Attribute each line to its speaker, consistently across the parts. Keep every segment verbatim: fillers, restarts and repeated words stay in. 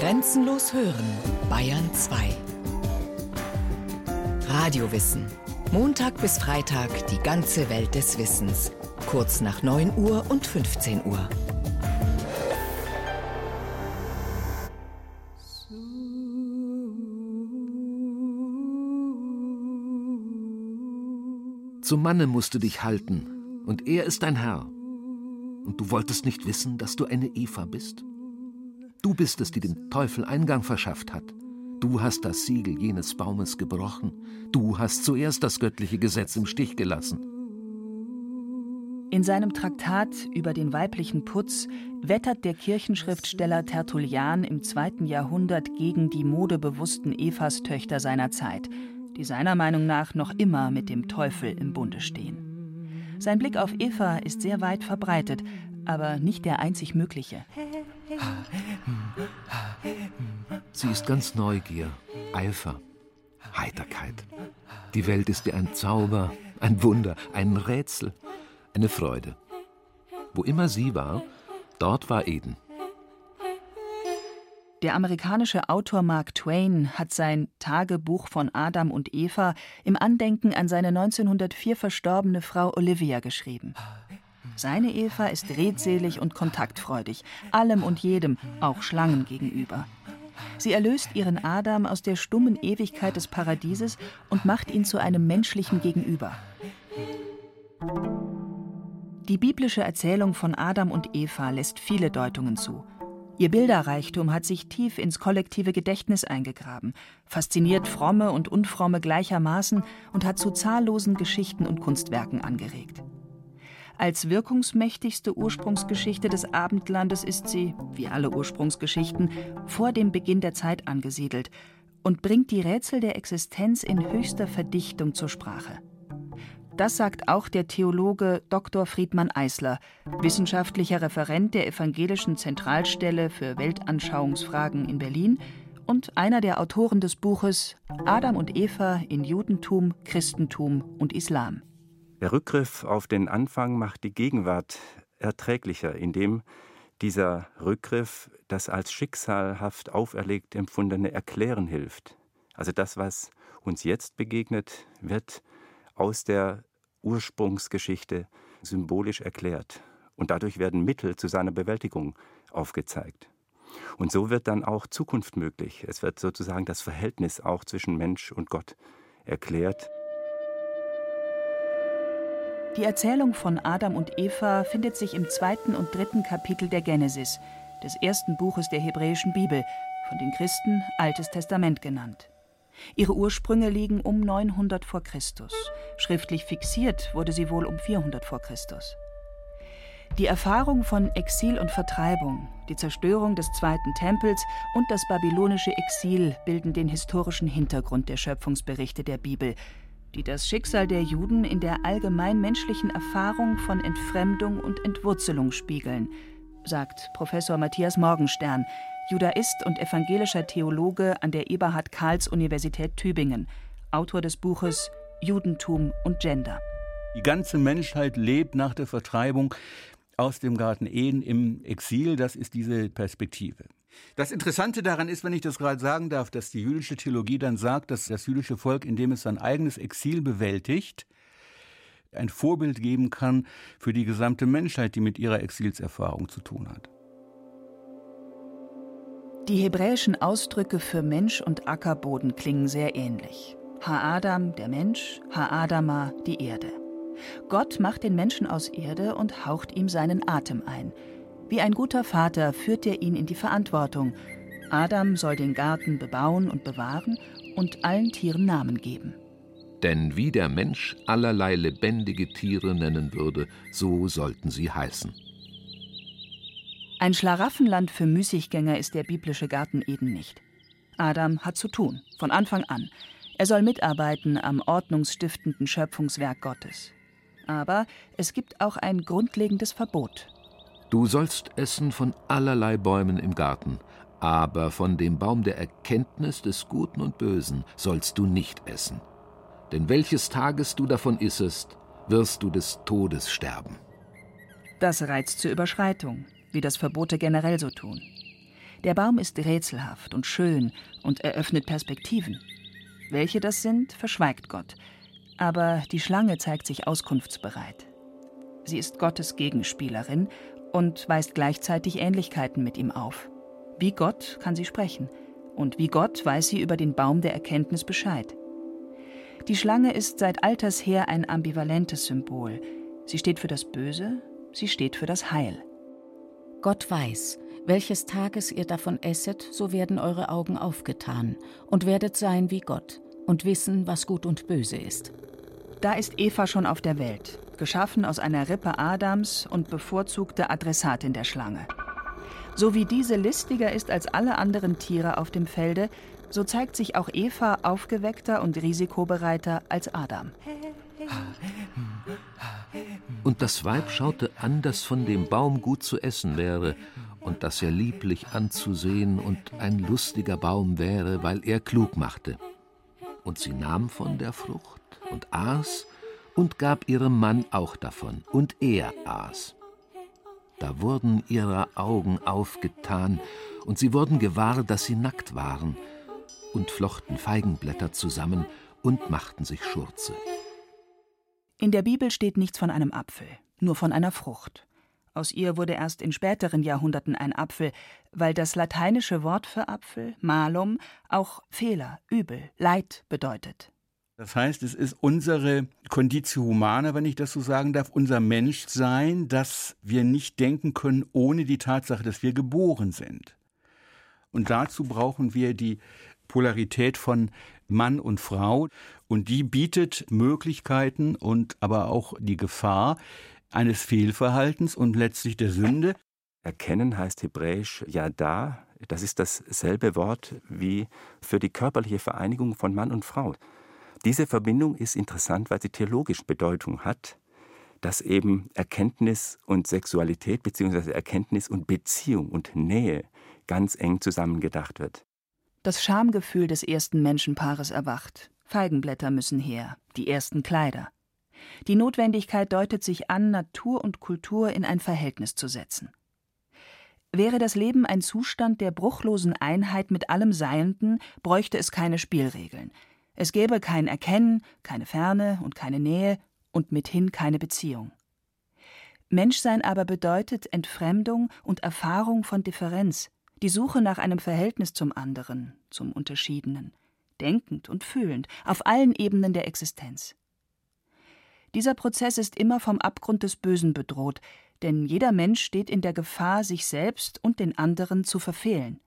Speaker 1: Grenzenlos hören, Bayern zwei. Radiowissen. Montag bis Freitag die ganze Welt des Wissens. Kurz nach neun Uhr und fünfzehn Uhr.
Speaker 2: Zum Manne musst du dich halten, und er ist dein Herr. Und du wolltest nicht wissen, dass du eine Eva bist? Du bist es, die dem Teufel Eingang verschafft hat. Du hast das Siegel jenes Baumes gebrochen. Du hast zuerst das göttliche Gesetz im Stich gelassen.
Speaker 3: In seinem Traktat über den weiblichen Putz wettert der Kirchenschriftsteller Tertullian im zweiten Jahrhundert gegen die modebewussten Evastöchter seiner Zeit, die seiner Meinung nach noch immer mit dem Teufel im Bunde stehen. Sein Blick auf Eva ist sehr weit verbreitet, aber nicht der einzig mögliche.
Speaker 2: Sie ist ganz Neugier, Eifer, Heiterkeit. Die Welt ist ihr ein Zauber, ein Wunder, ein Rätsel, eine Freude. Wo immer sie war, dort war Eden.
Speaker 3: Der amerikanische Autor Mark Twain hat sein Tagebuch von Adam und Eva im Andenken an seine neunzehnhundertvier verstorbene Frau Olivia geschrieben. Seine Eva ist redselig und kontaktfreudig, allem und jedem, auch Schlangen gegenüber. Sie erlöst ihren Adam aus der stummen Ewigkeit des Paradieses und macht ihn zu einem menschlichen Gegenüber. Die biblische Erzählung von Adam und Eva lässt viele Deutungen zu. Ihr Bilderreichtum hat sich tief ins kollektive Gedächtnis eingegraben, fasziniert Fromme und Unfromme gleichermaßen und hat zu zahllosen Geschichten und Kunstwerken angeregt. Als wirkungsmächtigste Ursprungsgeschichte des Abendlandes ist sie, wie alle Ursprungsgeschichten, vor dem Beginn der Zeit angesiedelt und bringt die Rätsel der Existenz in höchster Verdichtung zur Sprache. Das sagt auch der Theologe Doktor Friedmann Eisler, wissenschaftlicher Referent der Evangelischen Zentralstelle für Weltanschauungsfragen in Berlin und einer der Autoren des Buches Adam und Eva in Judentum, Christentum und Islam.
Speaker 4: Der Rückgriff auf den Anfang macht die Gegenwart erträglicher, indem dieser Rückgriff das als schicksalhaft auferlegt Empfundene erklären hilft. Also das, was uns jetzt begegnet, wird aus der Ursprungsgeschichte symbolisch erklärt. Und dadurch werden Mittel zu seiner Bewältigung aufgezeigt. Und so wird dann auch Zukunft möglich. Es wird sozusagen das Verhältnis auch zwischen Mensch und Gott erklärt.
Speaker 3: Die Erzählung von Adam und Eva findet sich im zweiten und dritten Kapitel der Genesis, des ersten Buches der hebräischen Bibel, von den Christen Altes Testament genannt. Ihre Ursprünge liegen um neunhundert vor Christus. Schriftlich fixiert wurde sie wohl um vierhundert vor Christus. Die Erfahrung von Exil und Vertreibung, die Zerstörung des zweiten Tempels und das babylonische Exil bilden den historischen Hintergrund der Schöpfungsberichte der Bibel, die das Schicksal der Juden in der allgemein menschlichen Erfahrung von Entfremdung und Entwurzelung spiegeln, sagt Professor Matthias Morgenstern, Judaist und evangelischer Theologe an der Eberhard-Karls-Universität Tübingen, Autor des Buches Judentum und Gender.
Speaker 5: Die ganze Menschheit lebt nach der Vertreibung aus dem Garten Eden im Exil, das ist diese Perspektive. Das Interessante daran ist, wenn ich das gerade sagen darf, dass die jüdische Theologie dann sagt, dass das jüdische Volk, indem es sein eigenes Exil bewältigt, ein Vorbild geben kann für die gesamte Menschheit, die mit ihrer Exilserfahrung zu tun hat.
Speaker 3: Die hebräischen Ausdrücke für Mensch und Ackerboden klingen sehr ähnlich. Ha-Adam, der Mensch, Ha-Adama, die Erde. Gott macht den Menschen aus Erde und haucht ihm seinen Atem ein. Wie ein guter Vater führt er ihn in die Verantwortung. Adam soll den Garten bebauen und bewahren und allen Tieren Namen geben.
Speaker 2: Denn wie der Mensch allerlei lebendige Tiere nennen würde, so sollten sie heißen.
Speaker 3: Ein Schlaraffenland für Müßiggänger ist der biblische Garten Eden nicht. Adam hat zu tun, von Anfang an. Er soll mitarbeiten am ordnungsstiftenden Schöpfungswerk Gottes. Aber es gibt auch ein grundlegendes Verbot.
Speaker 2: Du sollst essen von allerlei Bäumen im Garten, aber von dem Baum der Erkenntnis des Guten und Bösen sollst du nicht essen. Denn welches Tages du davon issest, wirst du des Todes sterben.
Speaker 3: Das reizt zur Überschreitung, wie das Verbote generell so tun. Der Baum ist rätselhaft und schön und eröffnet Perspektiven. Welche das sind, verschweigt Gott. Aber die Schlange zeigt sich auskunftsbereit. Sie ist Gottes Gegenspielerin und weist gleichzeitig Ähnlichkeiten mit ihm auf. Wie Gott kann sie sprechen. Und wie Gott weiß sie über den Baum der Erkenntnis Bescheid. Die Schlange ist seit alters her ein ambivalentes Symbol. Sie steht für das Böse, sie steht für das Heil.
Speaker 6: Gott weiß, welches Tages ihr davon esset, so werden eure Augen aufgetan und werdet sein wie Gott und wissen, was gut und böse ist.
Speaker 3: Da ist Eva schon auf der Welt, geschaffen aus einer Rippe Adams und bevorzugte Adressatin der Schlange. So wie diese listiger ist als alle anderen Tiere auf dem Felde, so zeigt sich auch Eva aufgeweckter und risikobereiter als Adam.
Speaker 2: Und das Weib schaute an, dass von dem Baum gut zu essen wäre und dass er lieblich anzusehen und ein lustiger Baum wäre, weil er klug machte. Und sie nahm von der Frucht und aß und gab ihrem Mann auch davon, und er aß. Da wurden ihre Augen aufgetan, und sie wurden gewahr, dass sie nackt waren, und flochten Feigenblätter zusammen und machten sich Schurze.
Speaker 3: In der Bibel steht nichts von einem Apfel, nur von einer Frucht. Aus ihr wurde erst in späteren Jahrhunderten ein Apfel, weil das lateinische Wort für Apfel, malum, auch Fehler, Übel, Leid bedeutet.
Speaker 5: Das heißt, es ist unsere Conditio humana, wenn ich das so sagen darf, unser Menschsein, dass wir nicht denken können ohne die Tatsache, dass wir geboren sind. Und dazu brauchen wir die Polarität von Mann und Frau. Und die bietet Möglichkeiten und aber auch die Gefahr eines Fehlverhaltens und letztlich der Sünde.
Speaker 4: Erkennen heißt hebräisch Yada. Das ist dasselbe Wort wie für die körperliche Vereinigung von Mann und Frau. Diese Verbindung ist interessant, weil sie theologische Bedeutung hat, dass eben Erkenntnis und Sexualität bzw. Erkenntnis und Beziehung und Nähe ganz eng zusammengedacht wird.
Speaker 3: Das Schamgefühl des ersten Menschenpaares erwacht. Feigenblätter müssen her, die ersten Kleider. Die Notwendigkeit deutet sich an, Natur und Kultur in ein Verhältnis zu setzen. Wäre das Leben ein Zustand der bruchlosen Einheit mit allem Seienden, bräuchte es keine Spielregeln. Es gäbe kein Erkennen, keine Ferne und keine Nähe und mithin keine Beziehung. Menschsein aber bedeutet Entfremdung und Erfahrung von Differenz, die Suche nach einem Verhältnis zum anderen, zum Unterschiedenen, denkend und fühlend, auf allen Ebenen der Existenz. Dieser Prozess ist immer vom Abgrund des Bösen bedroht, denn jeder Mensch steht in der Gefahr, sich selbst und den anderen zu verfehlen.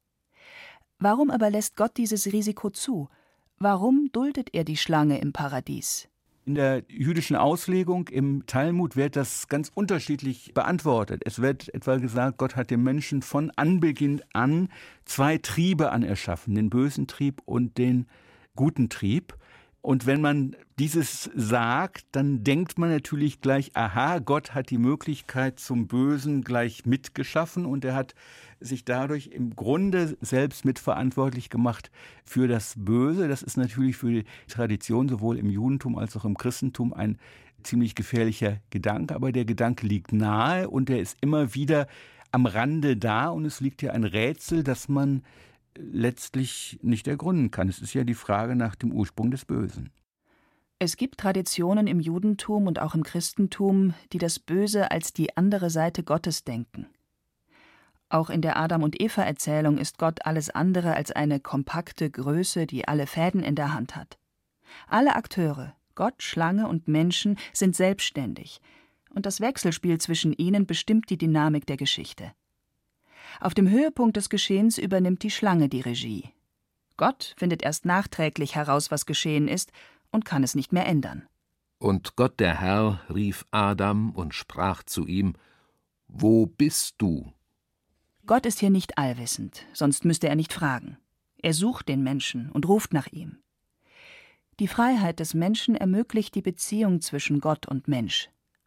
Speaker 3: Warum aber lässt Gott dieses Risiko zu? Warum duldet er die Schlange im Paradies?
Speaker 5: In der jüdischen Auslegung im Talmud wird das ganz unterschiedlich beantwortet. Es wird etwa gesagt, Gott hat dem Menschen von Anbeginn an zwei Triebe anerschaffen, den bösen Trieb und den guten Trieb. Und wenn man dieses sagt, dann denkt man natürlich gleich, aha, Gott hat die Möglichkeit zum Bösen gleich mitgeschaffen und er hat sich dadurch im Grunde selbst mitverantwortlich gemacht für das Böse. Das ist natürlich für die Tradition sowohl im Judentum als auch im Christentum ein ziemlich gefährlicher Gedanke, aber der Gedanke liegt nahe und der ist immer wieder am Rande da und es liegt ja ein Rätsel, das man letztlich nicht ergründen kann. Es ist ja die Frage nach dem Ursprung des Bösen.
Speaker 3: Es gibt Traditionen im Judentum und auch im Christentum, die das Böse als die andere Seite Gottes denken. Auch in der Adam- und Eva-Erzählung ist Gott alles andere als eine kompakte Größe, die alle Fäden in der Hand hat. Alle Akteure, Gott, Schlange und Menschen, sind selbstständig, und das Wechselspiel zwischen ihnen bestimmt die Dynamik der Geschichte. Auf dem Höhepunkt des Geschehens übernimmt die Schlange die Regie. Gott findet erst nachträglich heraus, was geschehen ist, und kann es nicht mehr ändern.
Speaker 2: Und Gott der Herr rief Adam und sprach zu ihm: Wo bist du?
Speaker 3: Gott ist hier nicht allwissend, sonst müsste er nicht fragen. Er sucht den Menschen und ruft nach ihm. Die Freiheit des Menschen ermöglicht die Beziehung zwischen Gott und Mensch.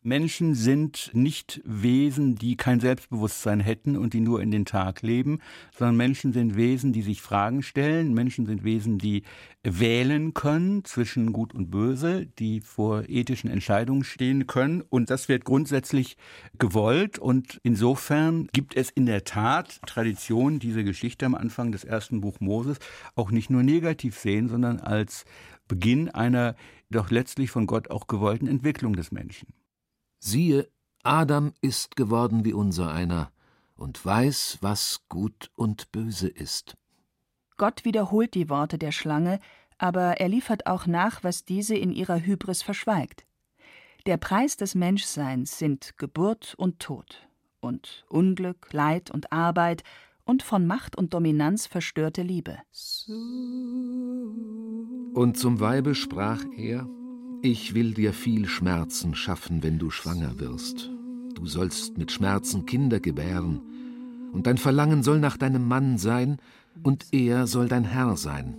Speaker 5: Menschen sind nicht Wesen, die kein Selbstbewusstsein hätten und die nur in den Tag leben, sondern Menschen sind Wesen, die sich Fragen stellen. Menschen sind Wesen, die wählen können zwischen Gut und Böse, die vor ethischen Entscheidungen stehen können. Und das wird grundsätzlich gewollt. Und insofern gibt es in der Tat Tradition, diese Geschichte am Anfang des ersten Buch Moses auch nicht nur negativ sehen, sondern als Beginn einer doch letztlich von Gott auch gewollten Entwicklung des Menschen.
Speaker 2: Siehe, Adam ist geworden wie unser einer und weiß, was gut und böse ist.
Speaker 3: Gott wiederholt die Worte der Schlange, aber er liefert auch nach, was diese in ihrer Hybris verschweigt. Der Preis des Menschseins sind Geburt und Tod und Unglück, Leid und Arbeit und von Macht und Dominanz verstörte Liebe.
Speaker 2: Und zum Weibe sprach er: Ich will dir viel Schmerzen schaffen, wenn du schwanger wirst. Du sollst mit Schmerzen Kinder gebären, und dein Verlangen soll nach deinem Mann sein, und er soll dein Herr sein.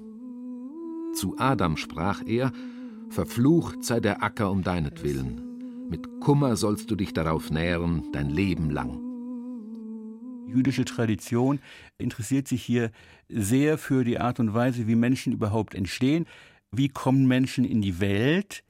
Speaker 2: Zu Adam sprach er: Verflucht sei der Acker um deinetwillen. Mit Kummer sollst du dich darauf nähren, dein Leben lang.
Speaker 5: Jüdische Tradition interessiert sich hier sehr für die Art und Weise, wie Menschen überhaupt entstehen. Wie kommen Menschen in die Welt?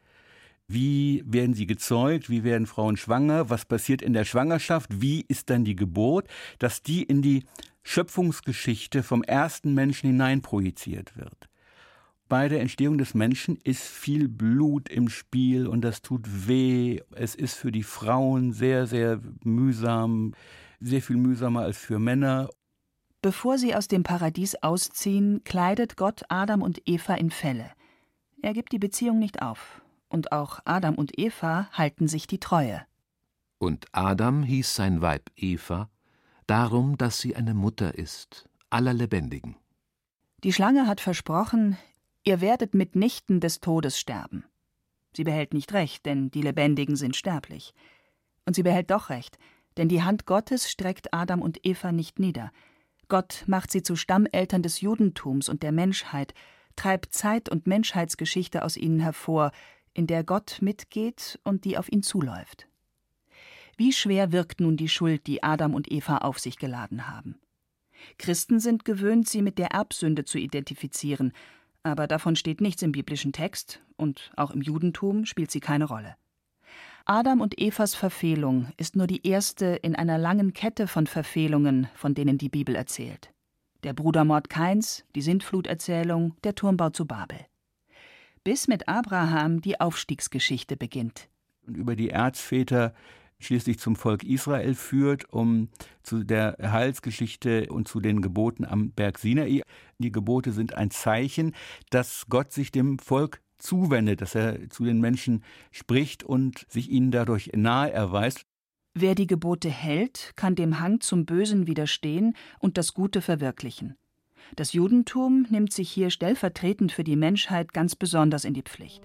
Speaker 5: Wie werden sie gezeugt? Wie werden Frauen schwanger? Was passiert in der Schwangerschaft? Wie ist dann die Geburt? Dass die in die Schöpfungsgeschichte vom ersten Menschen hinein projiziert wird. Bei der Entstehung des Menschen ist viel Blut im Spiel und das tut weh. Es ist für die Frauen sehr, sehr mühsam, sehr viel mühsamer als für Männer.
Speaker 3: Bevor sie aus dem Paradies ausziehen, kleidet Gott Adam und Eva in Felle. Er gibt die Beziehung nicht auf. Und auch Adam und Eva halten sich die Treue.
Speaker 2: Und Adam hieß sein Weib Eva, darum, dass sie eine Mutter ist, aller Lebendigen.
Speaker 3: Die Schlange hat versprochen, ihr werdet mitnichten des Todes sterben. Sie behält nicht recht, denn die Lebendigen sind sterblich. Und sie behält doch recht, denn die Hand Gottes streckt Adam und Eva nicht nieder. Gott macht sie zu Stammeltern des Judentums und der Menschheit, treibt Zeit- und Menschheitsgeschichte aus ihnen hervor, in der Gott mitgeht und die auf ihn zuläuft. Wie schwer wirkt nun die Schuld, die Adam und Eva auf sich geladen haben? Christen sind gewöhnt, sie mit der Erbsünde zu identifizieren, aber davon steht nichts im biblischen Text und auch im Judentum spielt sie keine Rolle. Adam und Evas Verfehlung ist nur die erste in einer langen Kette von Verfehlungen, von denen die Bibel erzählt. Der Brudermord Kains, die Sintfluterzählung, der Turmbau zu Babel. Bis mit Abraham die Aufstiegsgeschichte beginnt.
Speaker 5: Und über die Erzväter schließlich zum Volk Israel führt, um zu der Heilsgeschichte und zu den Geboten am Berg Sinai. Die Gebote sind ein Zeichen, dass Gott sich dem Volk zuwendet, dass er zu den Menschen spricht und sich ihnen dadurch nahe erweist.
Speaker 3: Wer die Gebote hält, kann dem Hang zum Bösen widerstehen und das Gute verwirklichen. Das Judentum nimmt sich hier stellvertretend für die Menschheit ganz besonders in die Pflicht.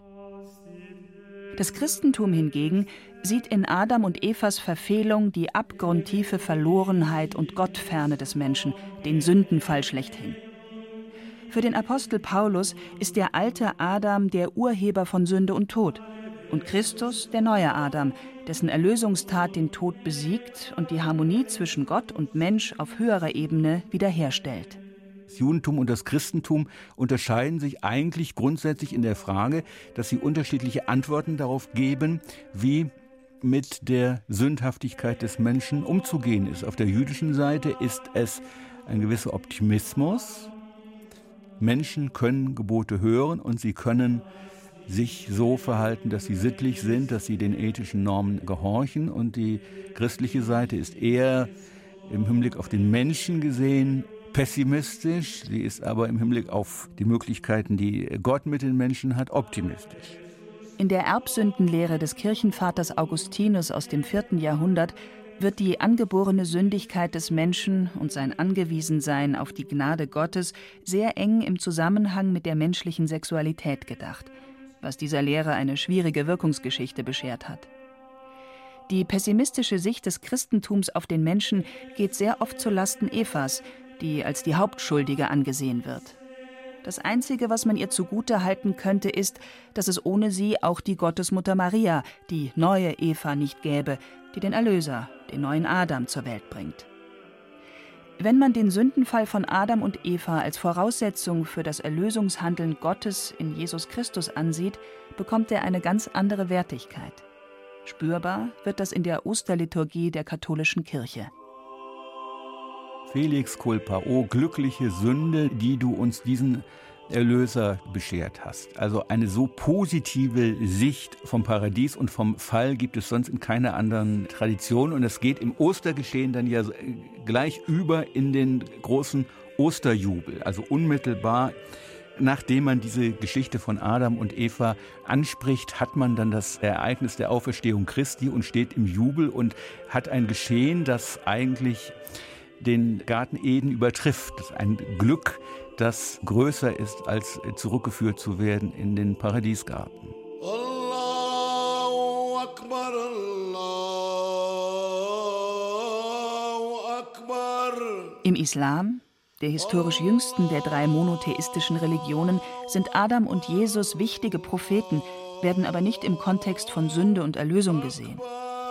Speaker 3: Das Christentum hingegen sieht in Adam und Evas Verfehlung die abgrundtiefe Verlorenheit und Gottferne des Menschen, den Sündenfall schlechthin. Für den Apostel Paulus ist der alte Adam der Urheber von Sünde und Tod und Christus der neue Adam, dessen Erlösungstat den Tod besiegt und die Harmonie zwischen Gott und Mensch auf höherer Ebene wiederherstellt.
Speaker 5: Das Judentum und das Christentum unterscheiden sich eigentlich grundsätzlich in der Frage, dass sie unterschiedliche Antworten darauf geben, wie mit der Sündhaftigkeit des Menschen umzugehen ist. Auf der jüdischen Seite ist es ein gewisser Optimismus. Menschen können Gebote hören und sie können sich so verhalten, dass sie sittlich sind, dass sie den ethischen Normen gehorchen. Und die christliche Seite ist eher im Hinblick auf den Menschen gesehen pessimistisch. Sie ist aber im Hinblick auf die Möglichkeiten, die Gott mit den Menschen hat, optimistisch.
Speaker 3: In der Erbsündenlehre des Kirchenvaters Augustinus aus dem vierten Jahrhundert wird die angeborene Sündigkeit des Menschen und sein Angewiesensein auf die Gnade Gottes sehr eng im Zusammenhang mit der menschlichen Sexualität gedacht, was dieser Lehre eine schwierige Wirkungsgeschichte beschert hat. Die pessimistische Sicht des Christentums auf den Menschen geht sehr oft zu Lasten Evas, die als die Hauptschuldige angesehen wird. Das Einzige, was man ihr zugute halten könnte, ist, dass es ohne sie auch die Gottesmutter Maria, die neue Eva, nicht gäbe, die den Erlöser, den neuen Adam, zur Welt bringt. Wenn man den Sündenfall von Adam und Eva als Voraussetzung für das Erlösungshandeln Gottes in Jesus Christus ansieht, bekommt er eine ganz andere Wertigkeit. Spürbar wird das in der Osterliturgie der katholischen Kirche.
Speaker 5: Felix culpa, o glückliche Sünde, die du uns diesen Erlöser beschert hast. Also eine so positive Sicht vom Paradies und vom Fall gibt es sonst in keiner anderen Tradition. Und es geht im Ostergeschehen dann ja gleich über in den großen Osterjubel. Also unmittelbar, nachdem man diese Geschichte von Adam und Eva anspricht, hat man dann das Ereignis der Auferstehung Christi und steht im Jubel und hat ein Geschehen, das eigentlich den Garten Eden übertrifft. Das ist ein Glück, das größer ist, als zurückgeführt zu werden in den Paradiesgarten.
Speaker 7: Allahu Akbar, Allahu Akbar.
Speaker 3: Im Islam, der historisch jüngsten der drei monotheistischen Religionen, sind Adam und Jesus wichtige Propheten, werden aber nicht im Kontext von Sünde und Erlösung gesehen.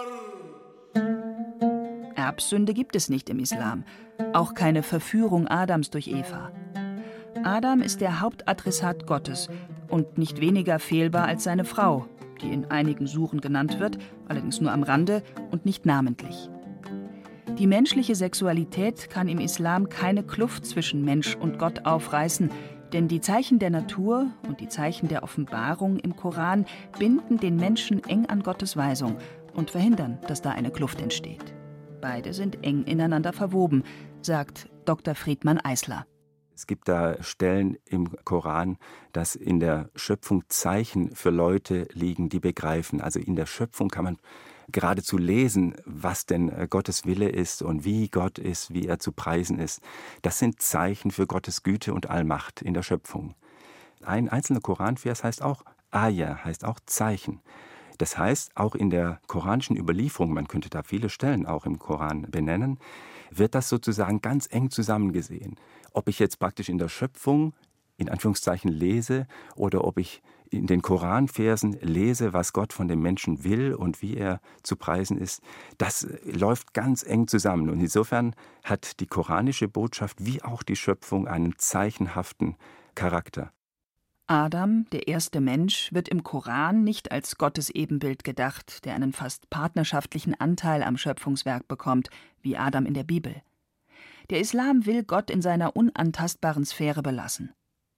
Speaker 3: Erbsünde gibt es nicht im Islam, auch keine Verführung Adams durch Eva. Adam ist der Hauptadressat Gottes und nicht weniger fehlbar als seine Frau, die in einigen Suren genannt wird, allerdings nur am Rande und nicht namentlich. Die menschliche Sexualität kann im Islam keine Kluft zwischen Mensch und Gott aufreißen, denn die Zeichen der Natur und die Zeichen der Offenbarung im Koran binden den Menschen eng an Gottes Weisung und verhindern, dass da eine Kluft entsteht. Beide sind eng ineinander verwoben, sagt Doktor Friedmann Eisler.
Speaker 4: Es gibt da Stellen im Koran, dass in der Schöpfung Zeichen für Leute liegen, die begreifen. Also in der Schöpfung kann man geradezu lesen, was denn Gottes Wille ist und wie Gott ist, wie er zu preisen ist. Das sind Zeichen für Gottes Güte und Allmacht in der Schöpfung. Ein einzelner Koranvers heißt auch Ayah, heißt auch Zeichen. Das heißt, auch in der koranischen Überlieferung, man könnte da viele Stellen auch im Koran benennen, wird das sozusagen ganz eng zusammengesehen. Ob ich jetzt praktisch in der Schöpfung, in Anführungszeichen, lese oder ob ich in den Koranversen lese, was Gott von dem Menschen will und wie er zu preisen ist, das läuft ganz eng zusammen. Und insofern hat die koranische Botschaft wie auch die Schöpfung einen zeichenhaften Charakter.
Speaker 3: Adam, der erste Mensch, wird im Koran nicht als Gottes Ebenbild gedacht, der einen fast partnerschaftlichen Anteil am Schöpfungswerk bekommt, wie Adam in der Bibel. Der Islam will Gott in seiner unantastbaren Sphäre belassen.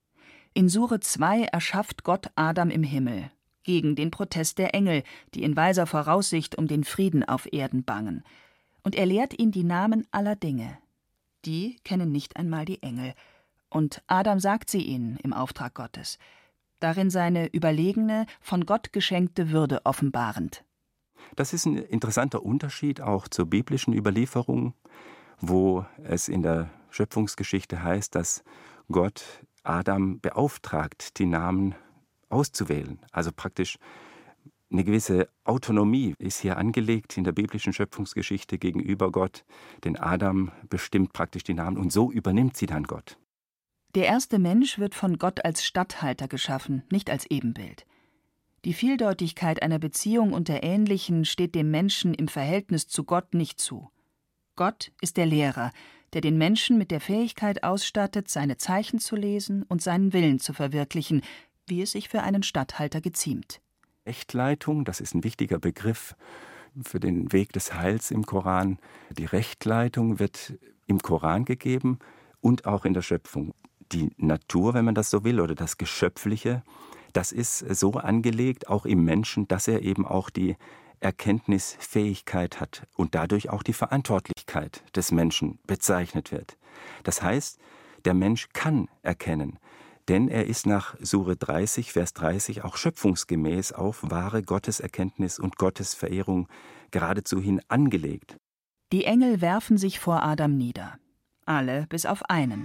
Speaker 3: In Sure zwei erschafft Gott Adam im Himmel, gegen den Protest der Engel, die in weiser Voraussicht um den Frieden auf Erden bangen. Und er lehrt ihn die Namen aller Dinge. Die kennen nicht einmal die Engel. Und Adam sagt sie ihnen im Auftrag Gottes, darin seine überlegene, von Gott geschenkte Würde offenbarend.
Speaker 4: Das ist ein interessanter Unterschied auch zur biblischen Überlieferung, wo es in der Schöpfungsgeschichte heißt, dass Gott Adam beauftragt, die Namen auszuwählen. Also praktisch eine gewisse Autonomie ist hier angelegt in der biblischen Schöpfungsgeschichte gegenüber Gott, denn Adam bestimmt praktisch die Namen und so übernimmt sie dann Gott.
Speaker 3: Der erste Mensch wird von Gott als Statthalter geschaffen, nicht als Ebenbild. Die Vieldeutigkeit einer Beziehung unter Ähnlichen steht dem Menschen im Verhältnis zu Gott nicht zu. Gott ist der Lehrer, der den Menschen mit der Fähigkeit ausstattet, seine Zeichen zu lesen und seinen Willen zu verwirklichen, wie es sich für einen Statthalter geziemt.
Speaker 4: Rechtleitung, das ist ein wichtiger Begriff für den Weg des Heils im Koran. Die Rechtleitung wird im Koran gegeben und auch in der Schöpfung. Die Natur, wenn man das so will, oder das Geschöpfliche, das ist so angelegt, auch im Menschen, dass er eben auch die Erkenntnisfähigkeit hat und dadurch auch die Verantwortlichkeit des Menschen bezeichnet wird. Das heißt, der Mensch kann erkennen, denn er ist nach Sure dreißig, Vers dreißig auch schöpfungsgemäß auf wahre Gotteserkenntnis und Gottesverehrung geradezu hin angelegt.
Speaker 3: Die Engel werfen sich vor Adam nieder, alle bis auf einen.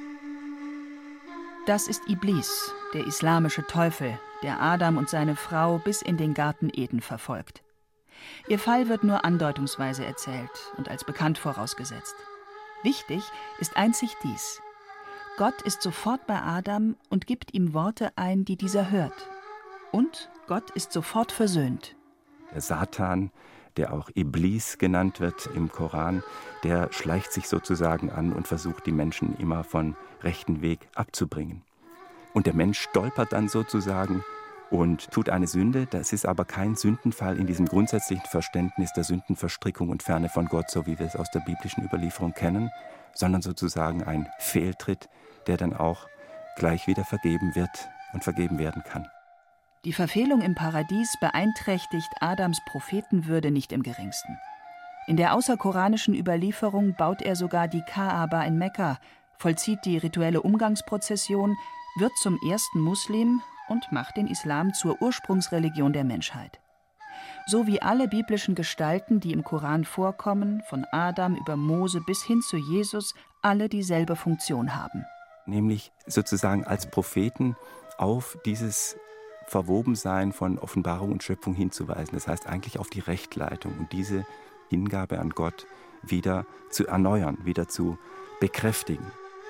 Speaker 3: Das ist Iblis, der islamische Teufel, der Adam und seine Frau bis in den Garten Eden verfolgt. Ihr Fall wird nur andeutungsweise erzählt und als bekannt vorausgesetzt. Wichtig ist einzig dies: Gott ist sofort bei Adam und gibt ihm Worte ein, die dieser hört. Und Gott ist sofort versöhnt.
Speaker 4: Der Satan, der auch Iblis genannt wird im Koran, der schleicht sich sozusagen an und versucht, die Menschen immer von rechten Weg abzubringen. Und der Mensch stolpert dann sozusagen und tut eine Sünde. Das ist aber kein Sündenfall in diesem grundsätzlichen Verständnis der Sündenverstrickung und Ferne von Gott, so wie wir es aus der biblischen Überlieferung kennen, sondern sozusagen ein Fehltritt, der dann auch gleich wieder vergeben wird und vergeben werden kann.
Speaker 3: Die Verfehlung im Paradies beeinträchtigt Adams Prophetenwürde nicht im geringsten. In der außerkoranischen Überlieferung baut er sogar die Kaaba in Mekka, vollzieht die rituelle Umgangsprozession, wird zum ersten Muslim und macht den Islam zur Ursprungsreligion der Menschheit. So wie alle biblischen Gestalten, die im Koran vorkommen, von Adam über Mose bis hin zu Jesus, alle dieselbe Funktion haben.
Speaker 4: Nämlich sozusagen als Propheten auf dieses Verwobensein von Offenbarung und Schöpfung hinzuweisen. Das heißt eigentlich auf die Rechtleitung und diese Hingabe an Gott wieder zu erneuern, wieder zu bekräftigen.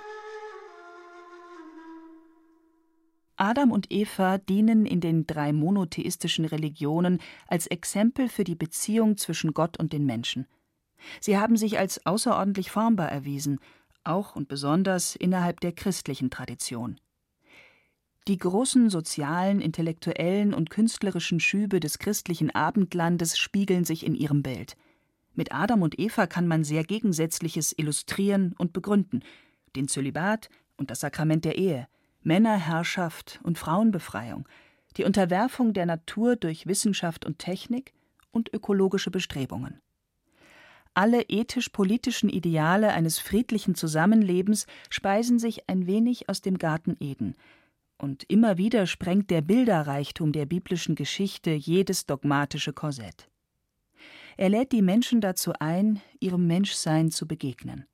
Speaker 3: Adam und Eva dienen in den drei monotheistischen Religionen als Exempel für die Beziehung zwischen Gott und den Menschen. Sie haben sich als außerordentlich formbar erwiesen, auch und besonders innerhalb der christlichen Tradition. Die großen sozialen, intellektuellen und künstlerischen Schübe des christlichen Abendlandes spiegeln sich in ihrem Bild. Mit Adam und Eva kann man sehr Gegensätzliches illustrieren und begründen: den Zölibat und das Sakrament der Ehe, Männerherrschaft und Frauenbefreiung, die Unterwerfung der Natur durch Wissenschaft und Technik und ökologische Bestrebungen. Alle ethisch-politischen Ideale eines friedlichen Zusammenlebens speisen sich ein wenig aus dem Garten Eden. Und immer wieder sprengt der Bilderreichtum der biblischen Geschichte jedes dogmatische Korsett. Er lädt die Menschen dazu ein, ihrem Menschsein zu begegnen.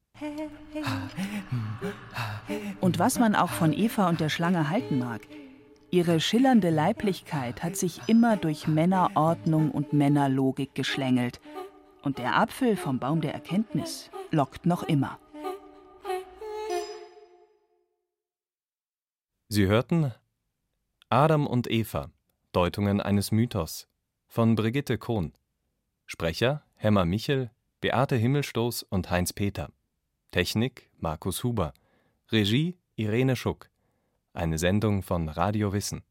Speaker 3: Und was man auch von Eva und der Schlange halten mag, ihre schillernde Leiblichkeit hat sich immer durch Männerordnung und Männerlogik geschlängelt. Und der Apfel vom Baum der Erkenntnis lockt noch immer.
Speaker 8: Sie hörten Adam und Eva, Deutungen eines Mythos von Brigitte Kohn. Sprecher Hemmer Michel, Beate Himmelstoß und Heinz Peter. Technik Markus Huber. Regie Irene Schuck. Eine Sendung von Radio Wissen.